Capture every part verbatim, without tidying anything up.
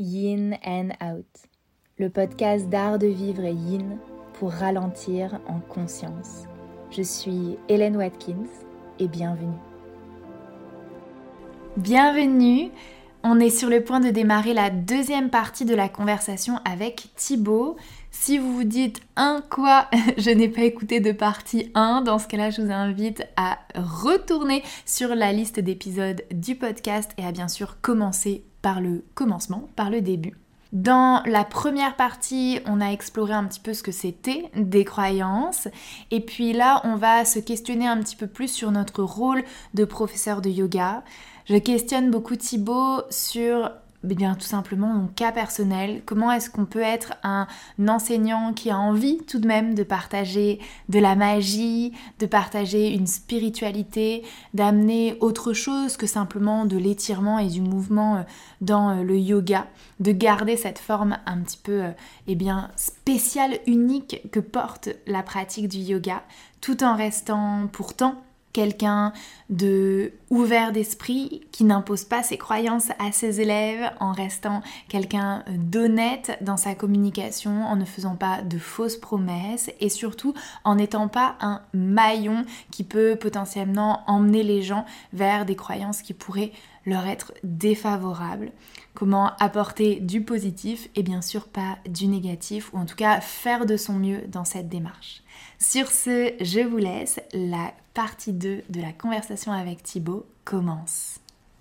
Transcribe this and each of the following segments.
Yin and Out, le podcast d'art de vivre yin pour ralentir en conscience. Je suis Hélène Watkins et bienvenue. Bienvenue, on est sur le point de démarrer la deuxième partie de la conversation avec Thibaut. Si vous vous dites « un quoi, je n'ai pas écouté de partie un », dans ce cas-là, je vous invite à retourner sur la liste d'épisodes du podcast et à bien sûr commencer par le commencement, par le début. Dans la première partie, on a exploré un petit peu ce que c'était des croyances et puis là, on va se questionner un petit peu plus sur notre rôle de professeur de yoga. Je questionne beaucoup Thibaut sur eh bien, tout simplement mon cas personnel. Comment est-ce qu'on peut être un enseignant qui a envie tout de même de partager de la magie, de partager une spiritualité, d'amener autre chose que simplement de l'étirement et du mouvement dans le yoga, de garder cette forme un petit peu eh bien, spéciale, unique que porte la pratique du yoga, tout en restant pourtant quelqu'un de ouvert d'esprit qui n'impose pas ses croyances à ses élèves en restant quelqu'un d'honnête dans sa communication, en ne faisant pas de fausses promesses et surtout en n'étant pas un maillon qui peut potentiellement emmener les gens vers des croyances qui pourraient leur être défavorables. Comment apporter du positif et bien sûr pas du négatif, ou en tout cas faire de son mieux dans cette démarche. Sur ce, je vous laisse, la partie deux de la conversation avec Thibaut commence.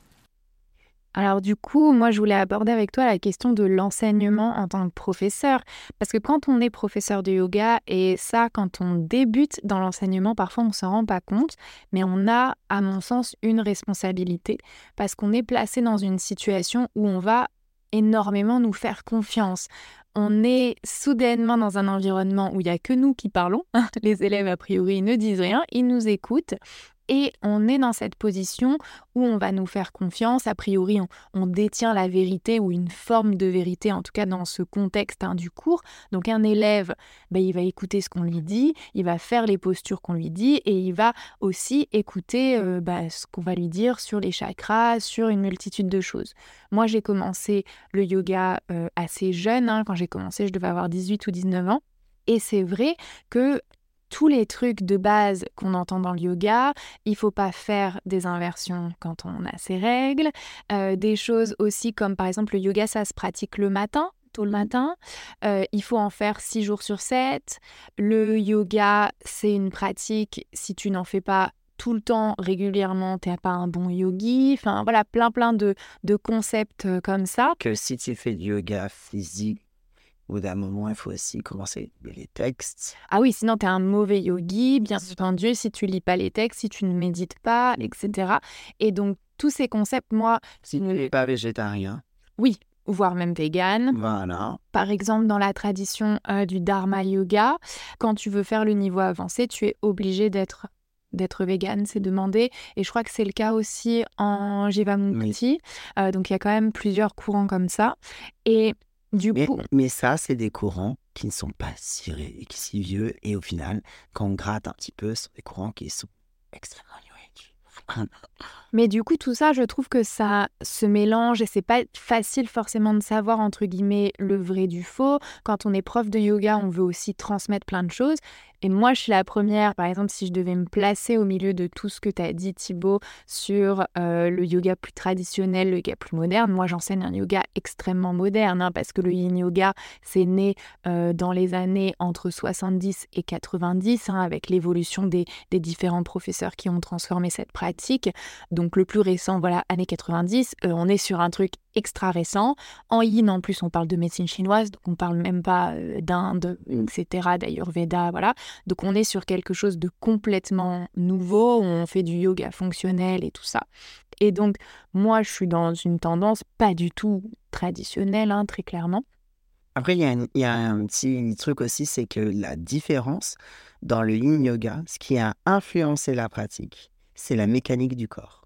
Alors du coup, moi je voulais aborder avec toi la question de l'enseignement en tant que professeur. Parce que quand on est professeur de yoga, et ça quand on débute dans l'enseignement, parfois on ne s'en rend pas compte, mais on a à mon sens une responsabilité parce qu'on est placé dans une situation où on va énormément nous faire confiance. On est soudainement dans un environnement où il n'y a que nous qui parlons. Les élèves a priori ne disent rien, ils nous écoutent. Et on est dans cette position où on va nous faire confiance. A priori, on, on détient la vérité ou une forme de vérité, en tout cas dans ce contexte hein, du cours. Donc un élève, ben, il va écouter ce qu'on lui dit, il va faire les postures qu'on lui dit et il va aussi écouter euh, ben, ce qu'on va lui dire sur les chakras, sur une multitude de choses. Moi, j'ai commencé le yoga euh, assez jeune. Hein. Quand j'ai commencé, je devais avoir dix-huit ou dix-neuf ans. Et c'est vrai que tous les trucs de base qu'on entend dans le yoga, il ne faut pas faire des inversions quand on a ses règles, euh, des choses aussi comme par exemple le yoga, ça se pratique le matin, tôt le matin, euh, il faut en faire six jours sur sept, le yoga c'est une pratique, si tu n'en fais pas tout le temps, régulièrement, tu n'es pas un bon yogi, enfin voilà, plein plein de, de concepts comme ça. Que si tu fais du yoga physique, au bout d'un moment, il faut aussi commencer à lire les textes. Ah oui, sinon tu es un mauvais yogi, bien entendu, si tu lis pas les textes, si tu ne médites pas, et cetera. Et donc, tous ces concepts, moi... Si tu n'es pas végétarien. Oui, voire même vegan. Voilà. Par exemple, dans la tradition euh, du Dharma Yoga, quand tu veux faire le niveau avancé, tu es obligé d'être... d'être vegan, c'est demandé. Et je crois que c'est le cas aussi en Jivamukti. Oui. Euh, donc, il y a quand même plusieurs courants comme ça. Et... Du mais, coup... mais ça, c'est des courants qui ne sont pas si, ré... si vieux. Et au final, quand on gratte un petit peu, ce sont des courants qui sont extrêmement new age. Mais du coup, tout ça, je trouve que ça se mélange et c'est pas facile forcément de savoir, entre guillemets, le vrai du faux. Quand on est prof de yoga, on veut aussi transmettre plein de choses. Et moi, je suis la première, par exemple, si je devais me placer au milieu de tout ce que tu as dit, Thibaut, sur euh, le yoga plus traditionnel, le yoga plus moderne. Moi, j'enseigne un yoga extrêmement moderne, hein, parce que le yin yoga, c'est né euh, dans les années entre soixante-dix et quatre-vingt-dix, hein, avec l'évolution des, des différents professeurs qui ont transformé cette pratique. Donc, le plus récent, voilà, années quatre-vingt-dix, euh, on est sur un truc extra récent. En yin, en plus, on parle de médecine chinoise, donc on parle même pas euh, d'Inde, et cetera, d'Ayurveda, voilà. Donc on est sur quelque chose de complètement nouveau, on fait du yoga fonctionnel et tout ça. Et donc, moi, je suis dans une tendance pas du tout traditionnelle, hein, très clairement. Après, il y a un, il y a un petit truc aussi, c'est que la différence dans le yin yoga, ce qui a influencé la pratique, c'est la mécanique du corps.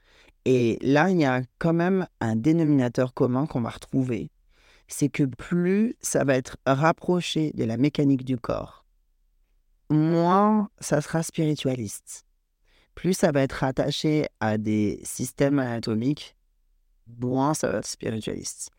Et là, il y a quand même un dénominateur commun qu'on va retrouver. C'est que plus ça va être rapproché de la mécanique du corps, moins ça sera spiritualiste. Plus ça va être rattaché à des systèmes anatomiques, moins ça va être spiritualiste.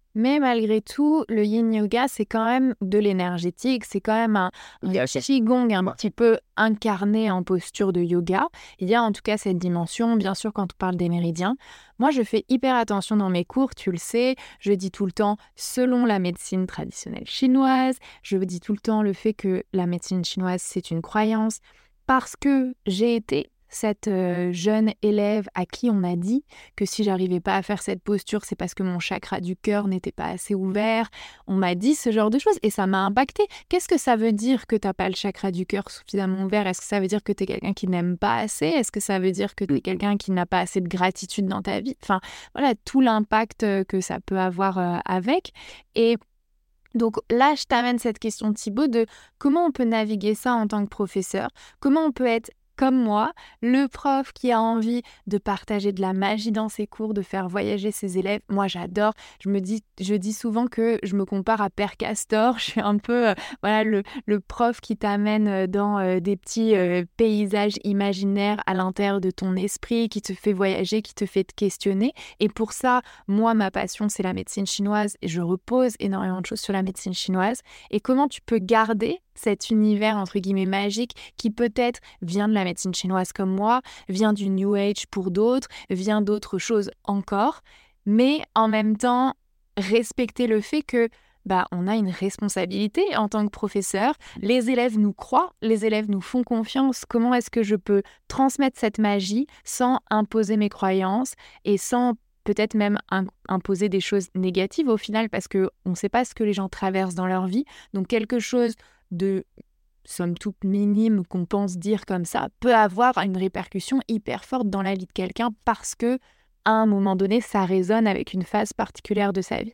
Mais malgré tout, le yin yoga, c'est quand même de l'énergétique, c'est quand même un, un qigong un petit peu incarné en posture de yoga. Il y a en tout cas cette dimension, bien sûr, quand on parle des méridiens. Moi, je fais hyper attention dans mes cours, tu le sais. Je dis tout le temps, selon la médecine traditionnelle chinoise, je dis tout le temps le fait que la médecine chinoise, c'est une croyance, parce que j'ai été cette euh, jeune élève à qui on a dit que si j'arrivais pas à faire cette posture, c'est parce que mon chakra du cœur n'était pas assez ouvert. On m'a dit ce genre de choses et ça m'a impacté. Qu'est-ce que ça veut dire que t'as pas le chakra du cœur suffisamment ouvert? Est-ce que ça veut dire que t'es quelqu'un qui n'aime pas assez? Est-ce que ça veut dire que t'es quelqu'un qui n'a pas assez de gratitude dans ta vie? Enfin, voilà, tout l'impact que ça peut avoir euh, avec. Et donc là, je t'amène cette question, Thibaut, de comment on peut naviguer ça en tant que professeur? Comment on peut être comme moi, le prof qui a envie de partager de la magie dans ses cours, de faire voyager ses élèves. Moi, j'adore. Je me dis, je dis souvent que je me compare à Père Castor. Je suis un peu, euh, voilà, le, le prof qui t'amène dans euh, des petits euh, paysages imaginaires à l'intérieur de ton esprit, qui te fait voyager, qui te fait te questionner. Et pour ça, moi, ma passion, c'est la médecine chinoise et je repose énormément de choses sur la médecine chinoise. Et comment tu peux garder cet univers, entre guillemets, magique qui peut-être vient de la médecine chinoise comme moi, vient du New Age pour d'autres, vient d'autres choses encore, mais en même temps, respecter le fait que bah, on a une responsabilité en tant que professeur. Les élèves nous croient, les élèves nous font confiance. Comment est-ce que je peux transmettre cette magie sans imposer mes croyances et sans peut-être même imposer des choses négatives au final, parce qu'on ne sait pas ce que les gens traversent dans leur vie. Donc quelque chose de somme toute minime qu'on pense dire comme ça peut avoir une répercussion hyper forte dans la vie de quelqu'un parce que à un moment donné, ça résonne avec une phase particulière de sa vie.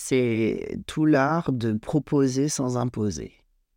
C'est tout l'art de proposer sans imposer.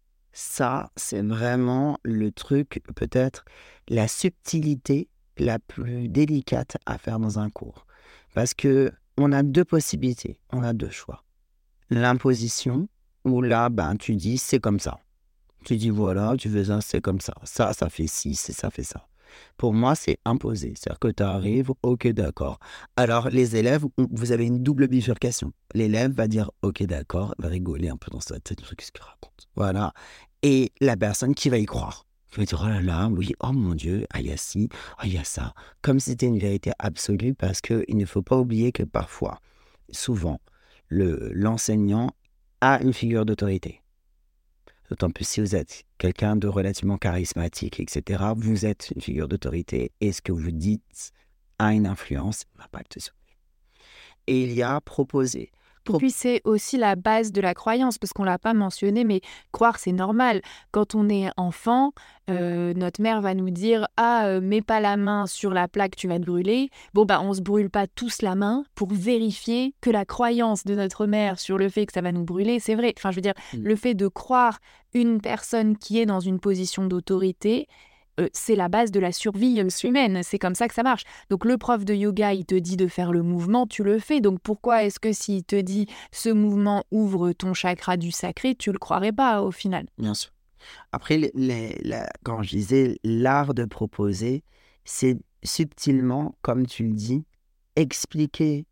Ça, c'est vraiment le truc, peut-être la subtilité la plus délicate à faire dans un cours. Parce que on a deux possibilités, on a deux choix. L'imposition, où là, ben, tu dis, c'est comme ça. Tu dis, voilà, tu fais ça, c'est comme ça. Ça, ça fait ci, ça fait ça. Pour moi, c'est imposé. C'est-à-dire que tu arrives, ok, d'accord. Alors, les élèves, vous avez une double bifurcation. L'élève va dire, ok, d'accord, va rigoler un peu dans sa tête, qu'est-ce qu'il raconte. Voilà. Et la personne qui va y croire, qui va dire, oh là là, oui, oh mon Dieu, ah, il y a ci, oh, il y a ça. Comme si c'était une vérité absolue, parce qu'il ne faut pas oublier que parfois, souvent, le, l'enseignant a une figure d'autorité. D'autant plus si vous êtes quelqu'un de relativement charismatique, et cetera. Vous êtes une figure d'autorité et ce que vous dites a une influence, un impact sur vous. Et il y a proposer. Et puis c'est aussi la base de la croyance, parce qu'on ne l'a pas mentionné, mais croire c'est normal. Quand on est enfant, euh, notre mère va nous dire « Ah, euh, mets pas la main sur la plaque, tu vas te brûler ». Bon, bah on ne se brûle pas tous la main pour vérifier que la croyance de notre mère sur le fait que ça va nous brûler, c'est vrai. Enfin, je veux dire, mmh. le fait de croire une personne qui est dans une position d'autorité, Euh, c'est la base de la survie humaine, c'est comme ça que ça marche. Donc le prof de yoga, il te dit de faire le mouvement, tu le fais. Donc pourquoi est-ce que s'il te dit ce mouvement ouvre ton chakra du sacré, tu le croirais pas au final? Bien sûr. Après, les, les, la, quand je disais l'art de proposer, c'est subtilement, comme tu le dis, expliquer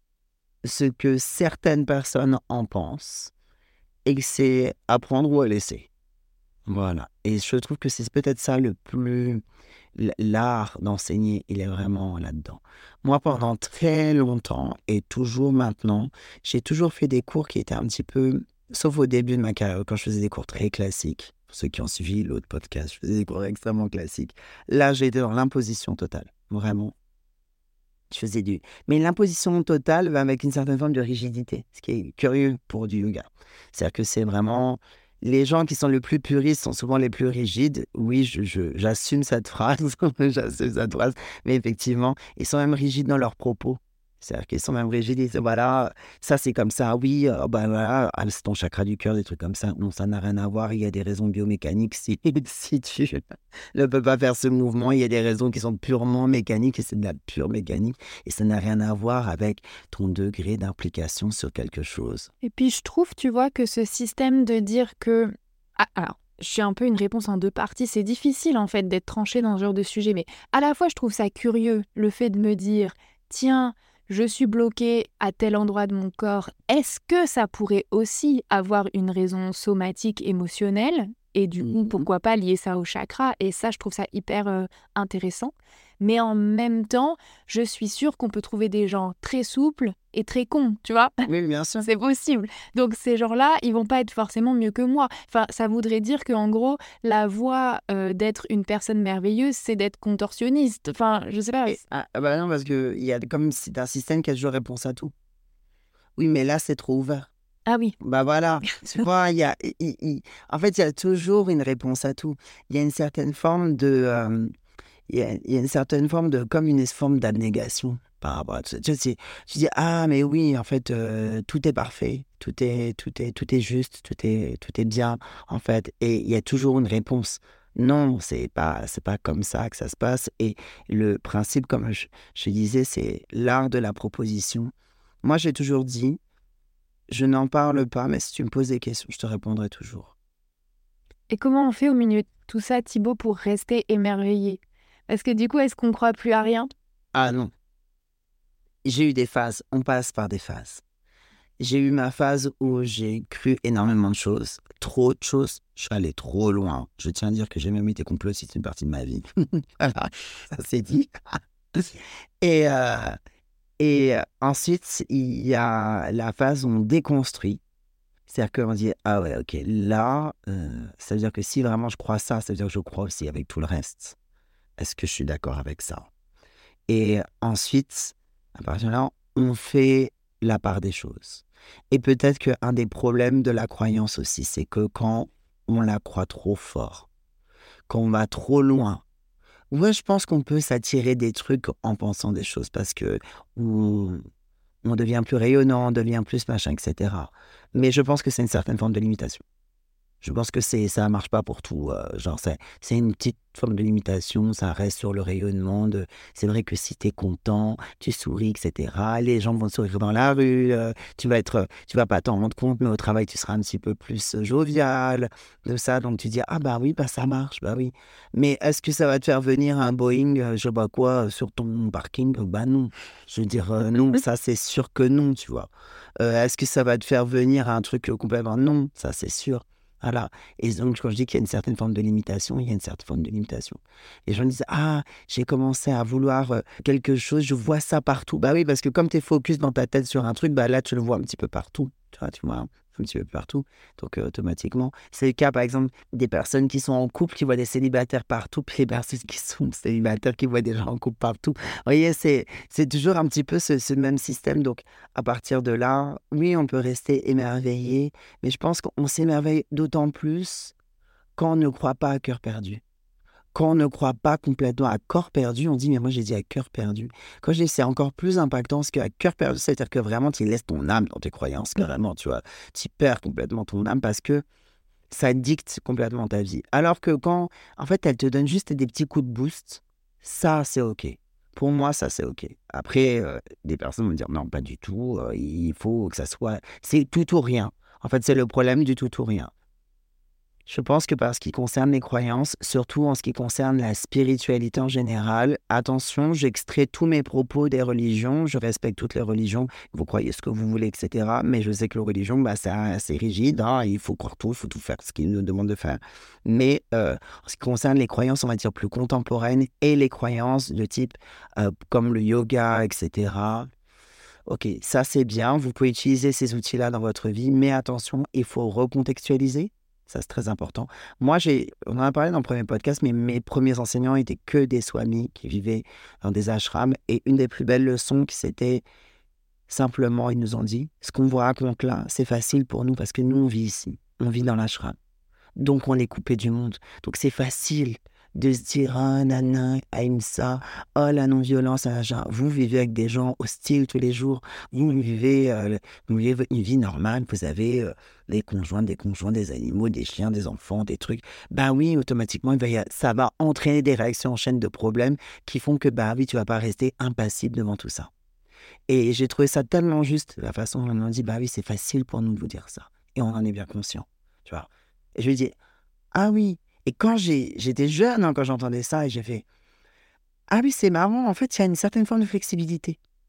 ce que certaines personnes en pensent et que c'est apprendre ou à laisser. Voilà. Et je trouve que c'est peut-être ça le plus... L'art d'enseigner, il est vraiment là-dedans. Moi, pendant très longtemps, et toujours maintenant, j'ai toujours fait des cours qui étaient un petit peu... Sauf au début de ma carrière, quand je faisais des cours très classiques. Pour ceux qui ont suivi l'autre podcast, je faisais des cours extrêmement classiques. Là, j'étais dans l'imposition totale. Vraiment. Je faisais du... Mais l'imposition totale va avec une certaine forme de rigidité, ce qui est curieux pour du yoga. C'est-à-dire que c'est vraiment... Les gens qui sont les plus puristes sont souvent les plus rigides. Oui, je, je, j'assume cette phrase, j'assume cette phrase, mais effectivement, ils sont même rigides dans leurs propos. C'est-à-dire qu'ils sont même rigides, ils disent, voilà, ça c'est comme ça, oui, euh, ben voilà, c'est ton chakra du cœur, des trucs comme ça. Non, ça n'a rien à voir, il y a des raisons biomécaniques. Si, si tu ne peux pas faire ce mouvement, il y a des raisons qui sont purement mécaniques, et c'est de la pure mécanique, et ça n'a rien à voir avec ton degré d'implication sur quelque chose. Et puis je trouve, tu vois, que ce système de dire que... Ah, alors, je suis un peu une réponse en deux parties, c'est difficile en fait d'être tranché dans ce genre de sujet, mais à la fois je trouve ça curieux, le fait de me dire, tiens... je suis bloquée à tel endroit de mon corps, est-ce que ça pourrait aussi avoir une raison somatique émotionnelle? Et du coup, Mhm. pourquoi pas lier ça au chakra? Et ça, je trouve ça hyper euh, intéressant. Mais en même temps, je suis sûre qu'on peut trouver des gens très souples et très cons, tu vois? Oui, bien sûr. C'est possible. Donc ces gens-là, ils vont pas être forcément mieux que moi. Enfin, ça voudrait dire qu'en gros, la voie euh, d'être une personne merveilleuse, c'est d'être contorsionniste. Enfin, je sais pas. Et- ah, ah bah non, parce que il y a comme c'est un système qui a toujours réponse à tout. Oui, mais là, c'est trop ouvert. Ah oui. Bah voilà, tu vois, il y a, il- il- il- en fait, il y a toujours une réponse à tout. Il y a une certaine forme de, euh, il y a, il y a une certaine forme de, comme une forme d'abnégation par rapport à tout ça. Tu sais, tu dis, ah, mais oui, en fait, euh, tout est parfait, tout est, tout est, tout est juste, tout est, tout est bien, en fait. Et il y a toujours une réponse. Non, c'est pas, c'est pas comme ça que ça se passe. Et le principe, comme je, je disais, c'est l'art de la proposition. Moi, j'ai toujours dit, je n'en parle pas, mais si tu me poses des questions, je te répondrai toujours. Et comment on fait au milieu de tout ça, Thibaut, pour rester émerveillé? Parce que du coup, est-ce qu'on croit plus à rien? Ah non, j'ai eu des phases, on passe par des phases. J'ai eu ma phase où j'ai cru énormément de choses, trop de choses. Je suis allé trop loin. Je tiens à dire que j'ai même été complotiste une partie de ma vie. Voilà, ça c'est dit. Et, euh, et euh, ensuite, il y a la phase où on déconstruit. C'est-à-dire qu'on dit, ah ouais, ok, là, euh, ça veut dire que si vraiment je crois ça, ça veut dire que je crois aussi avec tout le reste. Est-ce que je suis d'accord avec ça? Et ensuite, à partir de là, on fait la part des choses. Et peut-être qu'un des problèmes de la croyance aussi, c'est que quand on la croit trop fort, quand on va trop loin, ouais, je pense qu'on peut s'attirer des trucs en pensant des choses parce que on, on devient plus rayonnant, on devient plus machin, et cetera. Mais je pense que c'est une certaine forme de limitation. Je pense que c'est, ça marche pas pour tout. euh, genre, c'est, c'est une petite forme de limitation. Ça reste sur le rayonnement. De, c'est vrai que si tu es content, tu souris, et cetera. Les gens vont sourire dans la rue. euh, tu vas être, tu vas pas t'en rendre compte, mais au travail, tu seras un petit peu plus euh, jovial. De ça, donc tu dis ah bah oui, bah ça marche, bah oui. Mais est-ce que ça va te faire venir un Boeing, euh, je sais pas quoi, euh, sur ton parking? Bah non. Je veux dire euh, non, ça c'est sûr que non, tu vois. Euh, est-ce que ça va te faire venir un truc euh, complètement non, ça c'est sûr. Voilà. Et donc, quand je dis qu'il y a une certaine forme de limitation, il y a une certaine forme de limitation. Les gens disent, ah, j'ai commencé à vouloir euh, quelque chose, je vois ça partout. Bah oui, parce que comme tu es focus dans ta tête sur un truc, bah là, tu le vois un petit peu partout. Tu vois, tu vois un petit peu partout. Donc, euh, automatiquement, c'est le cas, par exemple, des personnes qui sont en couple, qui voient des célibataires partout, puis les personnes qui sont célibataires, qui voient des gens en couple partout. Vous voyez, c'est, c'est toujours un petit peu ce, ce même système. Donc, à partir de là, oui, on peut rester émerveillé, mais je pense qu'on s'émerveille d'autant plus quand on ne croit pas à cœur perdu. Quand on ne croit pas complètement à corps perdu, on dit, mais moi j'ai dit à cœur perdu. Quand je dis c'est encore plus impactant ce qu'à cœur perdu, c'est-à-dire que vraiment tu laisses ton âme dans tes croyances, carrément, tu vois. Tu perds complètement ton âme parce que ça dicte complètement ta vie. Alors que quand, en fait, elle te donne juste des petits coups de boost, ça c'est OK. Pour moi, ça c'est OK. Après, euh, des personnes vont me dire, non, pas du tout, euh, il faut que ça soit... C'est tout ou rien. En fait, c'est le problème du tout ou rien. Je pense que par ce qui concerne les croyances, surtout en ce qui concerne la spiritualité en général, attention, j'extrais tous mes propos des religions, je respecte toutes les religions, vous croyez ce que vous voulez, et cetera. Mais je sais que les religions, bah, c'est assez rigide, hein, il faut croire tout, il faut tout faire ce qu'ils nous demandent de faire. Mais euh, en ce qui concerne les croyances, on va dire plus contemporaines, et les croyances de type euh, comme le yoga, et cetera. Ok, ça c'est bien, vous pouvez utiliser ces outils-là dans votre vie, mais attention, il faut recontextualiser. Ça, c'est très important. Moi, j'ai, on en a parlé dans le premier podcast, mais mes premiers enseignants étaient que des swamis qui vivaient dans des ashrams. Et une des plus belles leçons, qui c'était simplement, ils nous ont dit, ce qu'on vous raconte là, c'est facile pour nous parce que nous, on vit ici. On vit dans l'ashram. Donc, on est coupé du monde. Donc, c'est facile de se dire, ah, nana, ahimsa, oh, la non-violence, ah, vous vivez avec des gens hostiles tous les jours, vous vivez, euh, vous vivez une vie normale, vous avez euh, des conjoints, des conjoints, des animaux, des chiens, des enfants, des trucs. Ben oui, automatiquement, il va y a, ça va entraîner des réactions en chaîne de problèmes qui font que, ben oui, tu vas pas rester impassible devant tout ça. Et j'ai trouvé ça tellement juste, la façon dont on m'a dit, bah oui, c'est facile pour nous de vous dire ça. Et on en est bien conscient, tu vois. Et je lui dis, ah oui. Et quand j'ai, j'étais jeune, hein, quand j'entendais ça, et j'ai fait, ah oui, c'est marrant, en fait, il y a une certaine forme de flexibilité.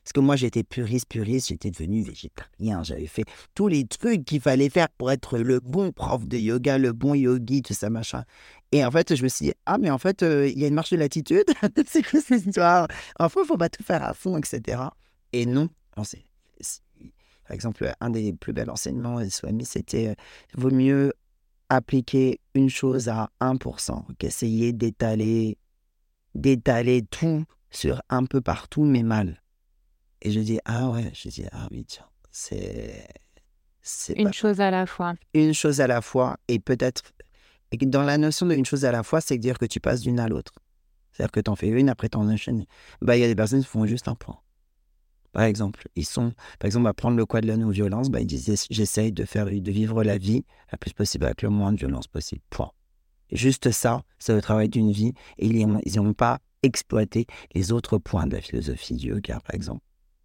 Parce que moi, j'étais puriste, puriste, j'étais devenu végétarien. J'avais fait tous les trucs qu'il fallait faire pour être le bon prof de yoga, le bon yogi, tout ça, machin. Et en fait, je me suis dit, ah, mais en fait, euh, il y a une marche de latitude. C'est quoi cette histoire? Enfin, il ne faut pas tout faire à fond, et cetera. Et non, non c'est, c'est- par exemple, un des plus bels enseignements de Swami, c'était euh, vaut mieux appliquer une chose à un pour cent qu'essayer d'étaler, d'étaler tout sur un peu partout, mais mal. Et je dis, ah ouais, je dis, ah oui, tiens, c'est, c'est pas Une chose à la fois. une chose à la fois. Et peut-être, et que dans la notion d'une chose à la fois, c'est dire que tu passes d'une à l'autre. C'est-à-dire que tu en fais une, après tu en enchaînes. Bah, il y a des personnes qui font juste un point. Par exemple, ils sont, par exemple, à prendre le quoi de la non-violence, bah, ils disaient, j'essaye de faire, de vivre la vie la plus possible avec le moins de violence possible. Point. Et juste ça, c'est le travail d'une vie. Et ils n'ont pas exploité les autres points de la philosophie du yoga, par exemple.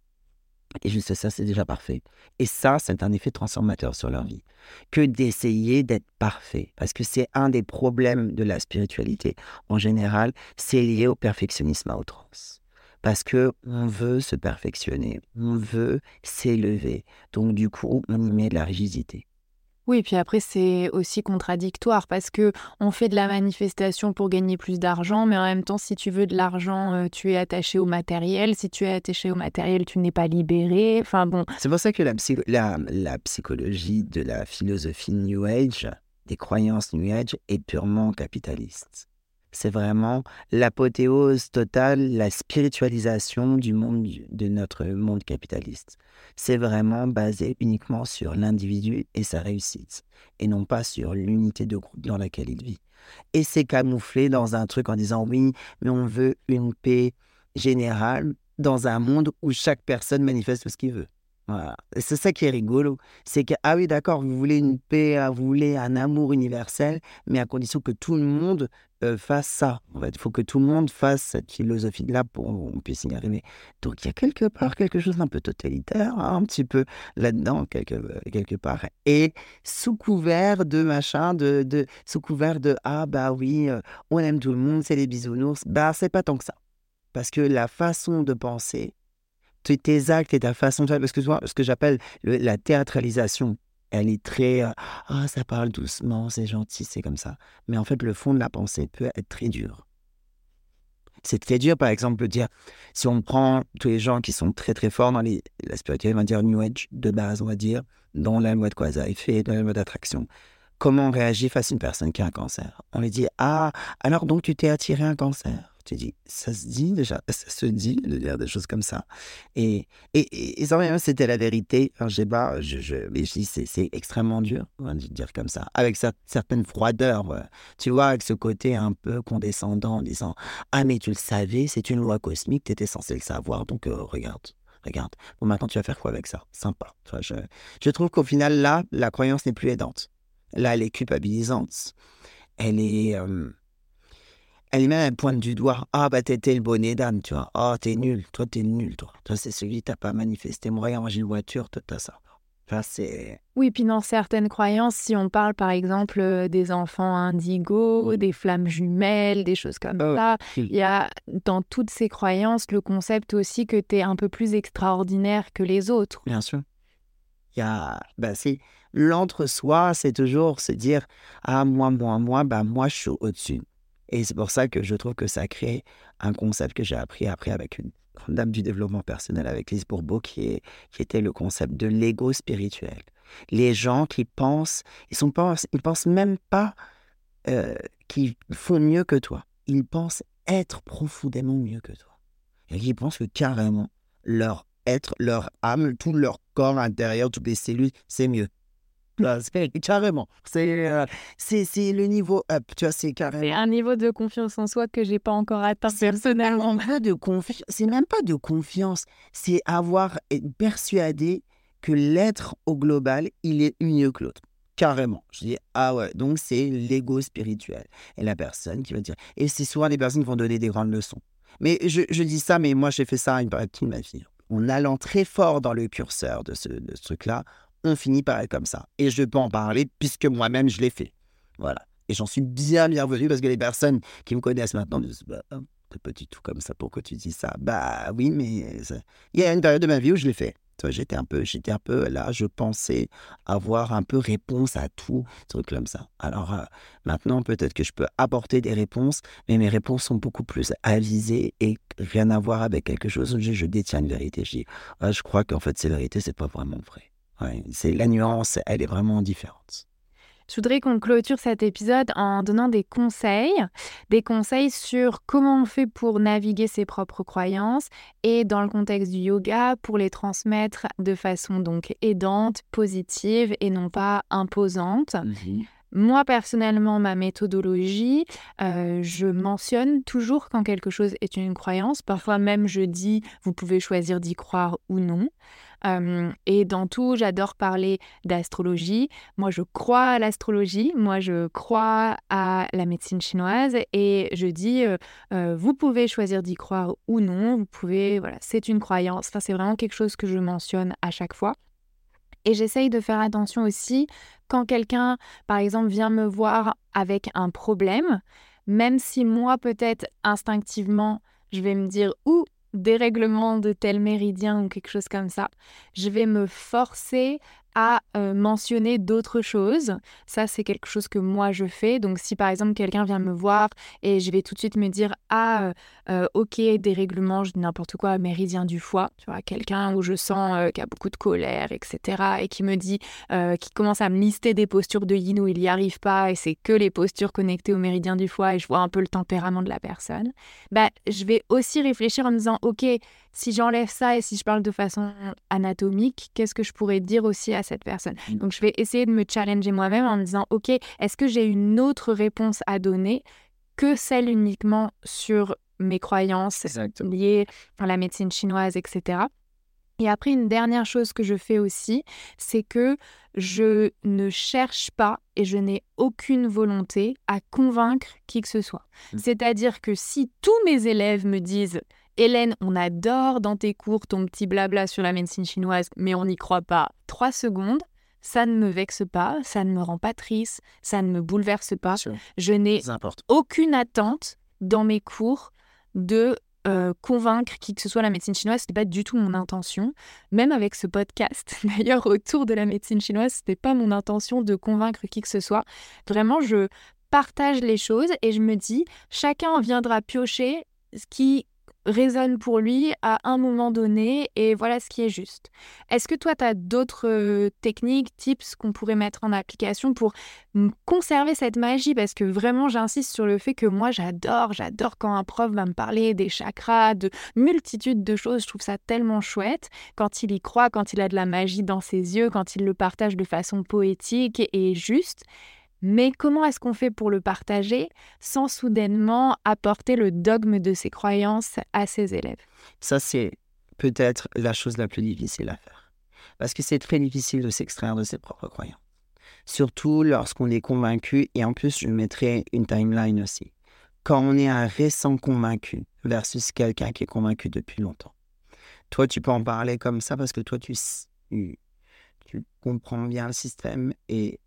Et juste ça, c'est déjà parfait. Et ça, c'est un effet transformateur sur leur vie. Que d'essayer d'être parfait. Parce que c'est un des problèmes de la spiritualité. En général, c'est lié au perfectionnisme à outrance. Parce que on veut se perfectionner, on veut s'élever. Donc du coup, on y met de la rigidité. Oui, puis après, c'est aussi contradictoire parce que on fait de la manifestation pour gagner plus d'argent, mais en même temps, si tu veux de l'argent, euh, tu es attaché au matériel. Si tu es attaché au matériel, tu n'es pas libéré. Enfin bon, C'est pour ça que la, psy- la, la psychologie de la philosophie New Age, des croyances New Age, est purement capitaliste. C'est vraiment l'apothéose totale, la spiritualisation du monde, du- de notre monde capitaliste. C'est vraiment basé uniquement sur l'individu et sa réussite, et non pas sur l'unité de groupe dans laquelle il vit. Et c'est camouflé dans un truc en disant oui, mais on veut une paix générale dans un monde où chaque personne manifeste ce qu'il veut. Voilà. Et c'est ça qui est rigolo. C'est que, ah oui, d'accord, vous voulez une paix, ah, vous voulez un amour universel, mais à condition que tout le monde euh, fasse ça. En fait, il faut que tout le monde fasse cette philosophie-là pour qu'on puisse y arriver. Donc, il y a quelque part quelque chose d'un peu totalitaire, hein, un petit peu là-dedans, quelque, euh, quelque part. Et sous couvert de machin, de, de, sous couvert de, ah bah oui, euh, on aime tout le monde, c'est les bisounours, bah c'est pas tant que ça. Parce que la façon de penser, tes tes actes et ta façon de faire, parce que tu vois, ce que j'appelle le- la théâtralisation, elle est très, euh, ah, ça parle doucement, c'est gentil, c'est comme ça. Mais en fait, le fond de la pensée peut être très dur. C'est très dur, par exemple, de dire, si on prend tous les gens qui sont très très forts dans les, la spiritualité, on va dire New Age, de base, on va dire, dans la loi de cause à effet, dans la loi d'attraction, comment on réagit face à une personne qui a un cancer? On lui dit, ah, alors donc tu t'es attiré un cancer. Tu dis, ça se dit déjà, ça se dit de dire des choses comme ça. Et, et, et, et ça, même, c'était la vérité. Enfin, je sais pas, je, je, mais je dis, c'est, c'est extrêmement dur on va dire comme ça, avec cer- certaines froideurs. Ouais. Tu vois, avec ce côté un peu condescendant en disant, ah, mais tu le savais, c'est une loi cosmique, tu étais censé le savoir, donc euh, regarde. Regarde, bon, maintenant tu vas faire quoi avec ça? Sympa. Tu vois, je, je trouve qu'au final, là, la croyance n'est plus aidante. Là, elle est culpabilisante. Elle est, euh, elle est même, elle pointe du doigt. Ah, bah, t'étais le bonnet d'âne, tu vois. Ah, t'es nul. Toi, t'es nul, toi. Toi, c'est celui qui t'a pas manifesté. Moi, regarde, moi, j'ai une voiture, toi, t'as ça. Enfin, c'est... oui, puis dans certaines croyances, si on parle par exemple euh, des enfants indigos, des flammes jumelles, des choses comme Oh, ça, oui, il y a dans toutes ces croyances le concept aussi que tu es un peu plus extraordinaire que les autres. bien sûr. Il y a... Bah, c'est... L'entre-soi, c'est toujours se dire, ah, moi, moi, moi, bah, moi, je suis au-dessus. Et c'est pour ça que je trouve que ça crée un concept que j'ai appris après avec une grande dame du développement personnel, avec Lise Bourbeau, qui, est, qui était le concept de l'ego spirituel. Les gens qui pensent, ils sont pas, ils pensent même pas euh, qu'ils font mieux que toi. Ils pensent être profondément mieux que toi. Et ils pensent que carrément, leur être, leur âme, tout leur corps intérieur, toutes les cellules, c'est mieux. Là, c'est carrément. C'est euh, c'est c'est le niveau up, tu vois, c'est C'est carrément. un niveau de confiance en soi que j'ai pas encore atteint personnellement. Pas de confiance, c'est même pas de confiance, c'est avoir être persuadé que l'être au global, il est mieux que l'autre. Carrément. Je dis, ah ouais, donc c'est l'ego spirituel. Et la personne qui va dire, et c'est souvent les personnes qui vont donner des grandes leçons. Mais je, je dis ça, mais moi j'ai fait ça à une période de ma vie. En allant très fort dans le curseur de ce, de ce truc-là, on finit par être comme ça. Et je peux en parler puisque moi-même je l'ai fait. Voilà. Et j'en suis bien bien revenu parce que les personnes qui me connaissent maintenant me disent, bah, t'es pas du tout comme ça, pourquoi tu dis ça? Bah oui, mais ça- il y a une période de ma vie où je l'ai fait. Toi, j'étais un peu, j'étais un peu là, je pensais avoir un peu réponse à tout, truc comme ça. Alors euh, maintenant, peut-être que je peux apporter des réponses, mais mes réponses sont beaucoup plus avisées et rien à voir avec quelque chose où je, je détiens une vérité. Je dis, ah, je crois qu'en fait, c'est la vérité, c'est pas vraiment vrai. Ouais, c'est la nuance, elle est vraiment différente. Je voudrais qu'on clôture cet épisode en donnant des conseils, des conseils sur comment on fait pour naviguer ses propres croyances et dans le contexte du yoga pour les transmettre de façon donc aidante, positive et non pas imposante. Mm-hmm. Moi, personnellement, ma méthodologie, euh, je mentionne toujours quand quelque chose est une croyance. Parfois même, je dis, vous pouvez choisir d'y croire ou non. Euh, et dans tout, j'adore parler d'astrologie. Moi, je crois à l'astrologie. Moi, je crois à la médecine chinoise. Et je dis, euh, euh, vous pouvez choisir d'y croire ou non. Vous pouvez, voilà, c'est une croyance. Enfin, c'est vraiment quelque chose que je mentionne à chaque fois. Et j'essaye de faire attention aussi quand quelqu'un, par exemple, vient me voir avec un problème, même si moi, peut-être instinctivement, je vais me dire « Ouh, dérèglement de tel méridien » ou quelque chose comme ça, je vais me forcer à euh, mentionner d'autres choses. Ça, c'est quelque chose que moi, je fais. Donc, si par exemple, quelqu'un vient me voir et je vais tout de suite me dire « Ah, euh, euh, ok, dérèglement, je dis n'importe quoi, méridien du foie. » Tu vois, quelqu'un où je sens euh, qu'il y a beaucoup de colère, et cetera. Et qui me dit, euh, qui commence à me lister des postures de yin où il n'y arrive pas et c'est que les postures connectées au méridien du foie et je vois un peu le tempérament de la personne. Bah, je vais aussi réfléchir en me disant « Ok, si j'enlève ça et si je parle de façon anatomique, qu'est-ce que je pourrais dire aussi à cette personne ?» Donc, je vais essayer de me challenger moi-même en me disant « Ok, est-ce que j'ai une autre réponse à donner que celle uniquement sur mes croyances Exactement. liées à la médecine chinoise, et cetera » Et après, une dernière chose que je fais aussi, c'est que je ne cherche pas et je n'ai aucune volonté à convaincre qui que ce soit. Mmh. C'est-à-dire que si tous mes élèves me disent « Hélène, on adore dans tes cours ton petit blabla sur la médecine chinoise, mais on n'y croit pas trois secondes », ça ne me vexe pas, ça ne me rend pas triste, ça ne me bouleverse pas. Sûr. Je n'ai aucune attente dans mes cours de euh, convaincre qui que ce soit la médecine chinoise. Ce n'était pas du tout mon intention. Même avec ce podcast, d'ailleurs, autour de la médecine chinoise, ce n'était pas mon intention de convaincre qui que ce soit. Vraiment, je partage les choses et je me dis, chacun viendra piocher ce qui résonne pour lui à un moment donné et voilà ce qui est juste. Est-ce que toi, tu as d'autres euh, techniques, tips qu'on pourrait mettre en application pour m- conserver cette magie? Parce que vraiment, j'insiste sur le fait que moi, j'adore, j'adore quand un prof va me parler des chakras, de multitudes de choses. Je trouve ça tellement chouette quand il y croit, quand il a de la magie dans ses yeux, quand il le partage de façon poétique et juste. Mais comment est-ce qu'on fait pour le partager sans soudainement apporter le dogme de ses croyances à ses élèves? Ça, c'est peut-être la chose la plus difficile à faire. Parce que c'est très difficile de s'extraire de ses propres croyances. Surtout lorsqu'on est convaincu, et en plus, je mettrai une timeline aussi. Quand on est un récent convaincu versus quelqu'un qui est convaincu depuis longtemps. Toi, tu peux en parler comme ça parce que toi, tu, tu, tu comprends bien le système et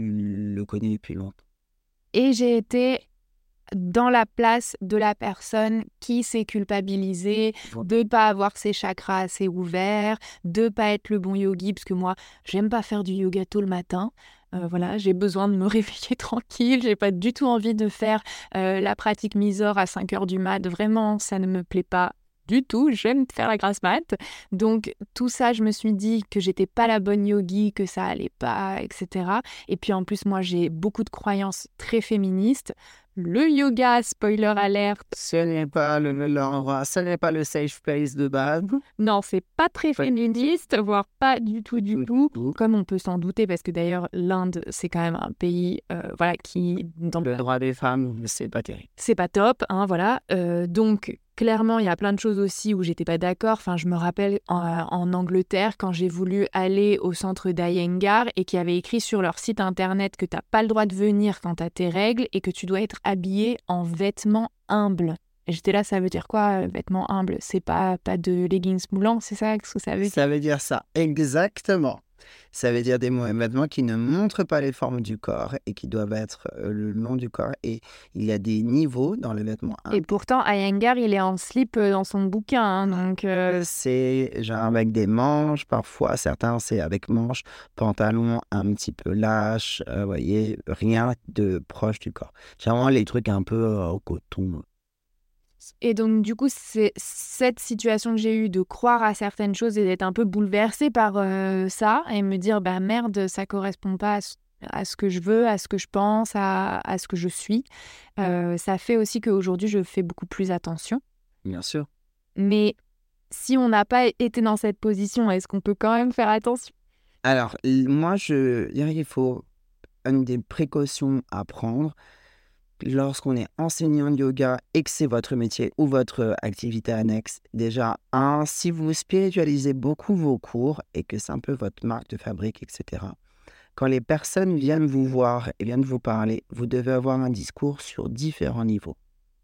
le connais depuis longtemps. Et j'ai été dans la place de la personne qui s'est culpabilisée de ne pas avoir ses chakras assez ouverts, de ne pas être le bon yogi, parce que moi, j'aime pas faire du yoga tôt le matin. Euh, voilà, j'ai besoin de me réveiller tranquille, j'ai pas du tout envie de faire euh, la pratique Mysore à cinq heures du mat. Vraiment, ça ne me plaît pas du tout, j'aime faire la grasse mat. Donc tout ça, je me suis dit que j'étais pas la bonne yogi, que ça allait pas, et cetera. Et puis en plus, moi, j'ai beaucoup de croyances très féministes. Le yoga, spoiler alert, ce n'est pas le, l'endroit, ce n'est pas le safe place de base. Non, c'est pas très féministe, voire pas du tout, du tout, comme on peut s'en douter, parce que d'ailleurs, l'Inde, c'est quand même un pays, euh, voilà, qui dans le droit des femmes, c'est pas terrible. C'est pas top, hein, voilà. Euh, donc clairement, il y a plein de choses aussi où j'étais pas d'accord. Enfin, je me rappelle en, en Angleterre, quand j'ai voulu aller au centre d'Iyengar et qui avait écrit sur leur site internet que t'as pas le droit de venir quand t'as tes règles et que tu dois être habillée en vêtements humbles. Et j'étais là, ça veut dire quoi, euh, vêtements humbles? C'est pas, pas de leggings moulants, c'est ça? Qu'est-ce que ça veut dire? Ça veut dire ça, exactement. Ça veut dire des mo- vêtements qui ne montrent pas les formes du corps et qui doivent être euh, le long du corps. Et il y a des niveaux dans le vêtement. Et pourtant, Iyengar, il est en slip euh, dans son bouquin, hein, donc... euh, C'est genre avec des manches, parfois certains c'est avec manches, pantalon un petit peu lâche, euh, vous voyez, rien de proche du corps. C'est vraiment les trucs un peu euh, au coton. Et donc, du coup, c'est cette situation que j'ai eue de croire à certaines choses et d'être un peu bouleversée par euh, ça et me dire, bah merde, ça correspond pas à ce, à ce que je veux, à ce que je pense, à, à ce que je suis. Euh, ça fait aussi qu'aujourd'hui, je fais beaucoup plus attention. Bien sûr. Mais si on n'a pas été dans cette position, est-ce qu'on peut quand même faire attention? Alors, l- moi, je dirais qu'il faut une des précautions à prendre lorsqu'on est enseignant de yoga et que c'est votre métier ou votre activité annexe. Déjà, un, si vous spiritualisez beaucoup vos cours et que c'est un peu votre marque de fabrique, et cetera, quand les personnes viennent vous voir et viennent vous parler, vous devez avoir un discours sur différents niveaux.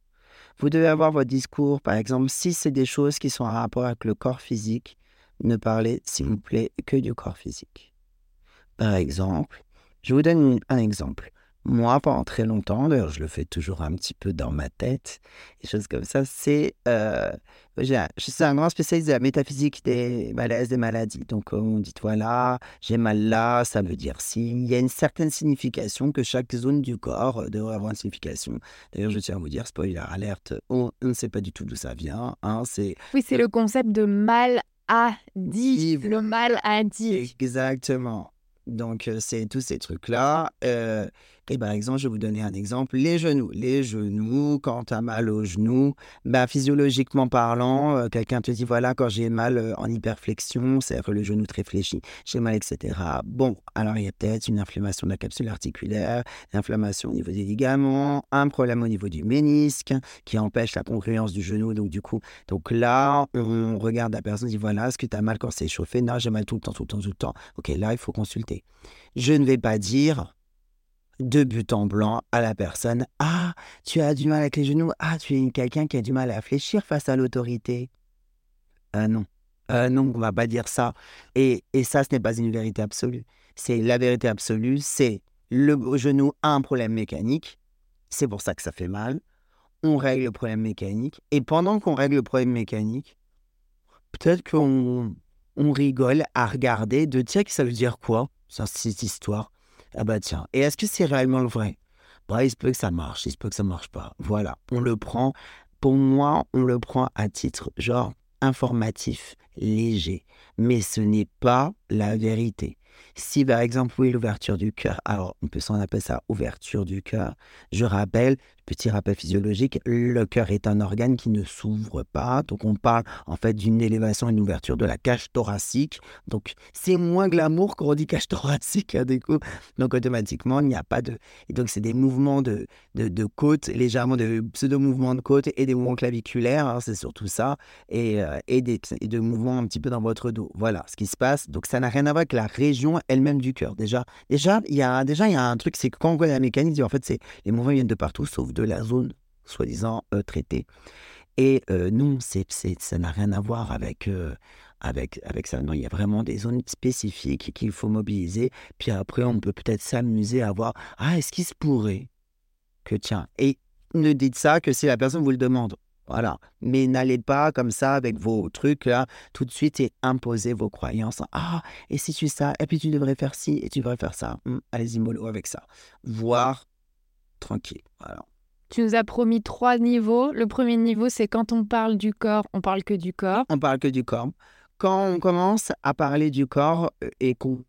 Vous devez avoir votre discours, par exemple, si c'est des choses qui sont en rapport avec le corps physique, ne parlez, s'il vous plaît, que du corps physique. Par exemple, je vous donne une- un exemple. Moi, pendant très longtemps, d'ailleurs, je le fais toujours un petit peu dans ma tête, des choses comme ça, c'est... euh, j'ai un- je suis un grand spécialiste de la métaphysique des malaises, des maladies. Donc, on dit, voilà, j'ai mal là, ça veut dire si. Il y a une certaine signification que chaque zone du corps euh, devrait avoir une signification. D'ailleurs, je tiens à vous dire, spoiler alerte, on, on ne sait pas du tout d'où ça vient. Hein, c'est Oui, c'est le concept de mal à dit. Dit. Le mal à dit. Exactement. Donc, euh, c'est tous ces trucs-là. Euh, et par exemple, je vais vous donner un exemple. Les genoux. Les genoux, quand tu as mal aux genoux, bah, physiologiquement parlant, euh, quelqu'un te dit, voilà, quand j'ai mal euh, en hyperflexion, c'est-à-dire que le genou très fléchi, j'ai mal, et cetera. Bon, alors il y a peut-être une inflammation de la capsule articulaire, une inflammation au niveau des ligaments, un problème au niveau du ménisque qui empêche la congruence du genou. Donc, du coup, donc là, on regarde la personne, on dit, voilà, est-ce que tu as mal quand c'est chauffé? Non, j'ai mal tout le temps, tout le temps, tout le temps. Ok, là, il faut consulter. Je ne vais pas dire de but en blanc à la personne, ah, tu as du mal avec les genoux, ah, tu es quelqu'un qui a du mal à fléchir face à l'autorité. Ah non, euh, non, on va pas dire ça. Et, et ça, ce n'est pas une vérité absolue. C'est la vérité absolue, c'est le genou a un problème mécanique, c'est pour ça que ça fait mal. On règle le problème mécanique, et pendant qu'on règle le problème mécanique, peut-être qu'on on rigole à regarder de tiens, que ça veut dire quoi, ça, cette histoire? Ah bah tiens, et est-ce que c'est réellement le vrai? Bah, il se peut que ça marche, il se peut que ça marche pas. Voilà, on le prend, pour moi, on le prend à titre genre informatif, léger, mais ce n'est pas la vérité. Si par exemple, oui, l'ouverture du cœur, alors on peut s'en appeler ça ouverture du cœur. Je rappelle, petit rappel physiologique, le cœur est un organe qui ne s'ouvre pas. Donc on parle en fait d'une élévation et d'une ouverture de la cage thoracique. Donc c'est moins glamour quand on dit cage thoracique, hein, du coup. Donc automatiquement, il n'y a pas de... Et donc c'est des mouvements de, de, de côte, légèrement de pseudo-mouvements de côte et des mouvements claviculaires, hein, c'est surtout ça, et, euh, et, des, et de mouvements un petit peu dans votre dos. Voilà ce qui se passe. Donc ça n'a rien à voir avec la région elle-même du cœur. Déjà, déjà, il y a, déjà, il y a un truc, c'est que quand on voit la mécanique, en fait, c'est les mouvements viennent de partout, sauf de la zone soi-disant euh, traitée. Et euh, non, c'est, c'est, ça n'a rien à voir avec, euh, avec, avec ça. Non, il y a vraiment des zones spécifiques qu'il faut mobiliser. Puis après, on peut peut-être s'amuser à voir, ah, est-ce qu'il se pourrait que, tiens, et ne dites ça que si la personne vous le demande. Voilà. Mais n'allez pas comme ça avec vos trucs là, tout de suite et imposer vos croyances. Ah, et si tu fais ça, et puis tu devrais faire ci, et tu devrais faire ça. Hum, allez-y, mollo avec ça. Voir tranquille. Voilà. Tu nous as promis trois niveaux. Le premier niveau, c'est quand on parle du corps, on parle que du corps. On parle que du corps. Quand on commence à parler du corps euh, et qu'on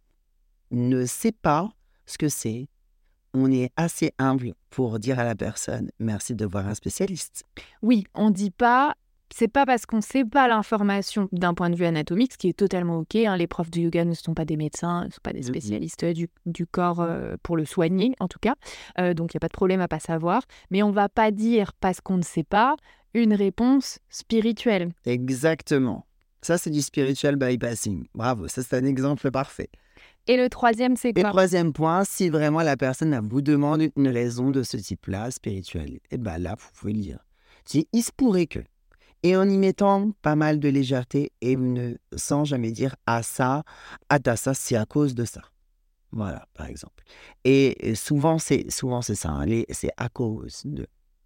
ne sait pas ce que c'est, on est assez humble pour dire à la personne merci de voir un spécialiste. Oui, on dit pas, c'est pas parce qu'on sait pas l'information d'un point de vue anatomique, ce qui est totalement ok. Hein, les profs de yoga ne sont pas des médecins, ne sont pas des spécialistes du, du corps euh, pour le soigner, en tout cas. Euh, donc il n'y a pas de problème à pas savoir. Mais on va pas dire parce qu'on ne sait pas une réponse spirituelle. Exactement. Ça, c'est du spiritual bypassing. Bravo, ça, c'est un exemple parfait. Et le troisième, c'est Et quoi? le troisième point, si vraiment la personne vous demande une raison de ce type-là, spirituelle, et bien là, vous pouvez le dire. Si il se pourrait que. et en y mettant pas mal de légèreté et ne, sans jamais dire « ah ça, ah t'as ça, c'est à cause de ça ». Voilà, par exemple. Et souvent, c'est souvent c'est ça, hein, les- c'est à cause de.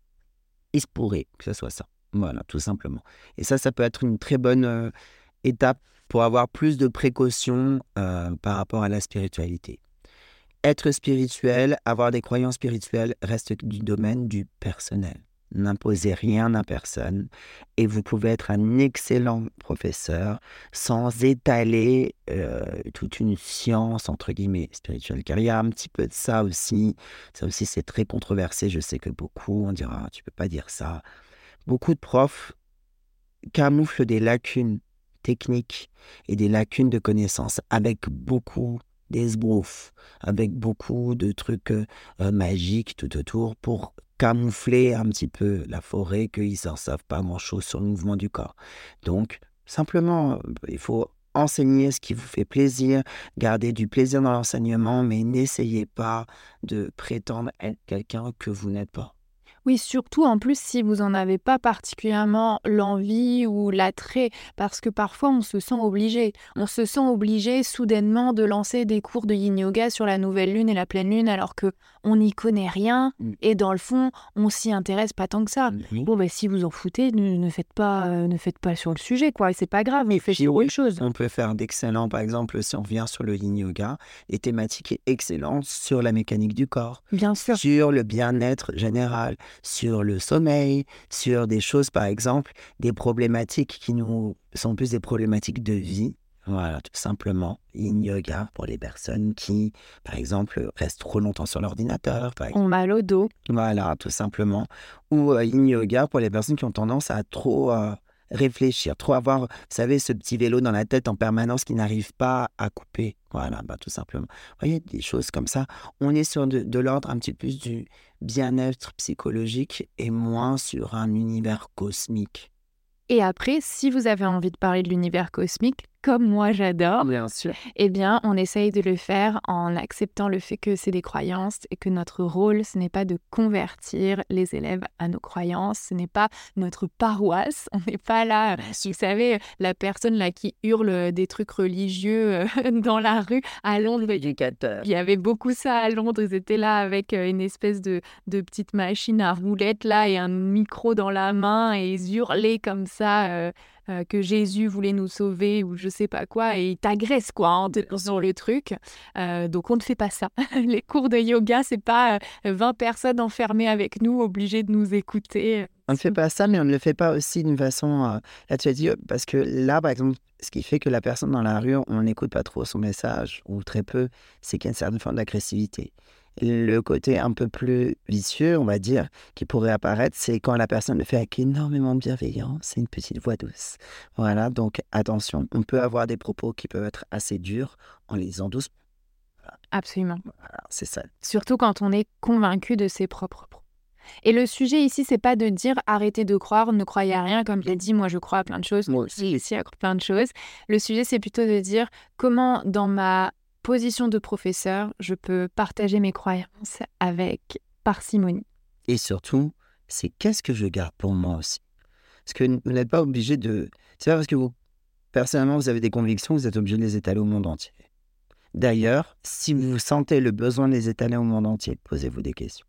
Il se pourrait que ce soit ça. Voilà, tout simplement. Et ça, ça peut être une très bonne euh, étape pour avoir plus de précautions euh, par rapport à la spiritualité. Être spirituel, avoir des croyances spirituelles reste du domaine du personnel. N'imposez rien à personne et vous pouvez être un excellent professeur sans étaler euh, toute une science, entre guillemets, spirituelle. Car il y a un petit peu de ça aussi. Ça aussi, c'est très controversé. Je sais que beaucoup, on dira, tu peux pas dire ça. Beaucoup de profs camouflent des lacunes techniques et des lacunes de connaissances avec beaucoup d'esbroufs, avec beaucoup de trucs euh, euh, magiques tout autour pour camoufler un petit peu la forêt, qu'ils n'en savent pas grand-chose sur le mouvement du corps. Donc, simplement, euh, il faut enseigner ce qui vous fait plaisir, garder du plaisir dans l'enseignement, mais n'essayez pas de prétendre être quelqu'un que vous n'êtes pas. Oui, surtout en plus si vous n'en avez pas particulièrement l'envie ou l'attrait, parce que parfois on se sent obligé. On se sent obligé soudainement de lancer des cours de yin yoga sur la nouvelle lune et la pleine lune alors que on n'y connaît rien Mm. et dans le fond on s'y intéresse pas tant que ça. Oui. Bon ben si vous en foutez, ne, ne faites pas, euh, ne faites pas sur le sujet quoi. Et c'est pas grave, mais faites puis, sur oui, autre chose. On peut faire d'excellents, par exemple, si on vient sur le yin yoga, des thématiques excellentes sur la mécanique du corps, Bien sûr. sur le bien-être général, sur le sommeil, sur des choses, par exemple, des problématiques qui nous sont plus des problématiques de vie. Voilà, tout simplement. Yin yoga pour les personnes qui, par exemple, restent trop longtemps sur l'ordinateur, par exemple. On mal au dos. Voilà, tout simplement. Ou euh, yin yoga pour les personnes qui ont tendance à trop euh, réfléchir, trop avoir, vous savez, ce petit vélo dans la tête en permanence qui n'arrive pas à couper. Voilà, bah, tout simplement. Vous voyez, des choses comme ça. On est sur de, de l'ordre un petit peu plus du bien-être psychologique et moins sur un univers cosmique. Et après, si vous avez envie de parler de l'univers cosmique, comme moi j'adore, Bien sûr. eh bien, on essaye de le faire en acceptant le fait que c'est des croyances et que notre rôle, ce n'est pas de convertir les élèves à nos croyances, ce n'est pas notre paroisse, on n'est pas là, vous savez, la personne là qui hurle des trucs religieux euh, dans la rue à Londres. Éducateur. Il y avait beaucoup ça à Londres, ils étaient là avec euh, une espèce de, de petite machine à roulettes là et un micro dans la main et ils hurlaient comme ça euh, euh, que Jésus voulait nous sauver ou je sais pas quoi et ils t'agressent quoi en te sur le truc. Euh, donc on ne fait pas ça. Les cours de yoga, c'est pas euh, vingt personnes enfermées avec nous, obligées de nous écouter. On ne fait pas ça, mais on ne le fait pas aussi d'une façon... euh, là, tu as dit, euh, parce que là, par exemple, ce qui fait que la personne dans la rue, on n'écoute pas trop son message, ou très peu, c'est qu'il y a une certaine forme d'agressivité. Le côté un peu plus vicieux, on va dire, qui pourrait apparaître, c'est quand la personne le fait avec énormément de bienveillance, c'est une petite voix douce. Voilà, donc attention, on peut avoir des propos qui peuvent être assez durs en les disant doucement. Absolument. Voilà, c'est ça. Surtout quand on est convaincu de ses propres propos. Et le sujet ici, c'est pas de dire arrêtez de croire, ne croyez à rien. Comme je l'ai dit, moi je crois à plein de choses. Moi aussi. Ici, à plein de choses. Le sujet, c'est plutôt de dire comment, dans ma position de professeur, je peux partager mes croyances avec parcimonie. Et surtout, c'est qu'est-ce que je garde pour moi aussi. Parce que vous n'êtes pas obligé de... C'est pas parce que vous, personnellement, vous avez des convictions, vous êtes obligé de les étaler au monde entier. D'ailleurs, si vous sentez le besoin de les étaler au monde entier, posez-vous des questions.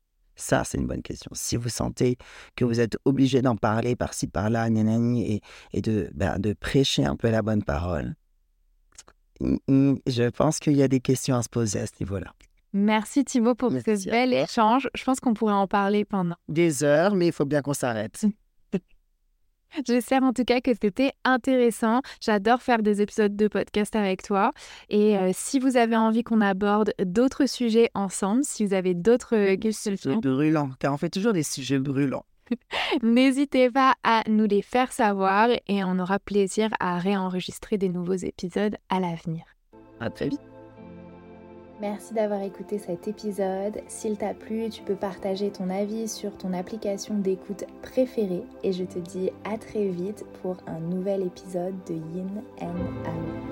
Ça, c'est une bonne question. Si vous sentez que vous êtes obligé d'en parler par-ci, par-là, nanani, et, et de, ben, de prêcher un peu la bonne parole, je pense qu'il y a des questions à se poser à ce niveau-là. Merci Thibaut pour Merci ce bel échange. Je pense qu'on pourrait en parler pendant des heures, mais il faut bien qu'on s'arrête. J'espère en tout cas que c'était intéressant. J'adore faire des épisodes de podcast avec toi. Et euh, si vous avez envie qu'on aborde d'autres sujets ensemble, si vous avez d'autres questions, C'est brûlant, car on fait toujours des sujets brûlants. n'hésitez pas à nous les faire savoir et on aura plaisir à réenregistrer des nouveaux épisodes à l'avenir. À très vite. Merci d'avoir écouté cet épisode. S'il t'a plu, tu peux partager ton avis sur ton application d'écoute préférée et je te dis à très vite pour un nouvel épisode de Yin and Out.